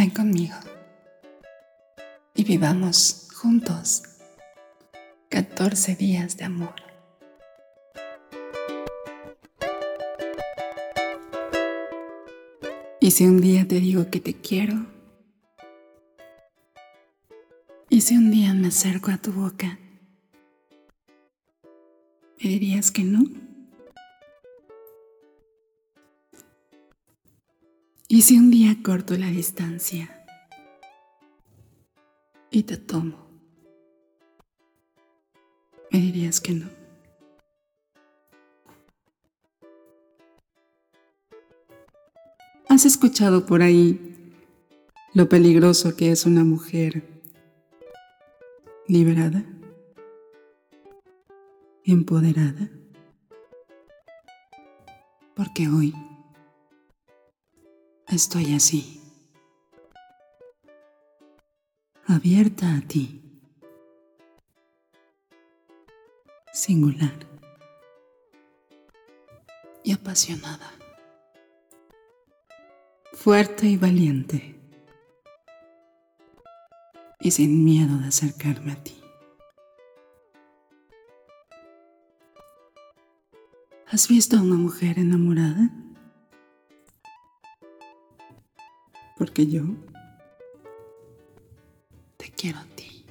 Ven conmigo y vivamos juntos 14 días de amor. Y si un día te digo que te quiero, y si un día me acerco a tu boca, ¿me dirías que no? Y si un día corto la distancia y te tomo, ¿me dirías que no? ¿Has escuchado por ahí lo peligroso que es una mujer liberada, empoderada? Porque hoy estoy así, abierta a ti, singular y apasionada, fuerte y valiente, y sin miedo de acercarme a ti. ¿Has visto a una mujer enamorada? Porque yo te quiero a ti.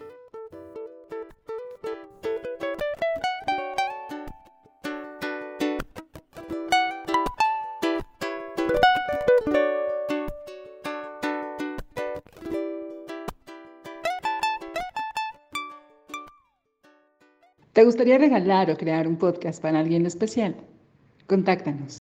¿Te gustaría regalar o crear un podcast para alguien especial? Contáctanos.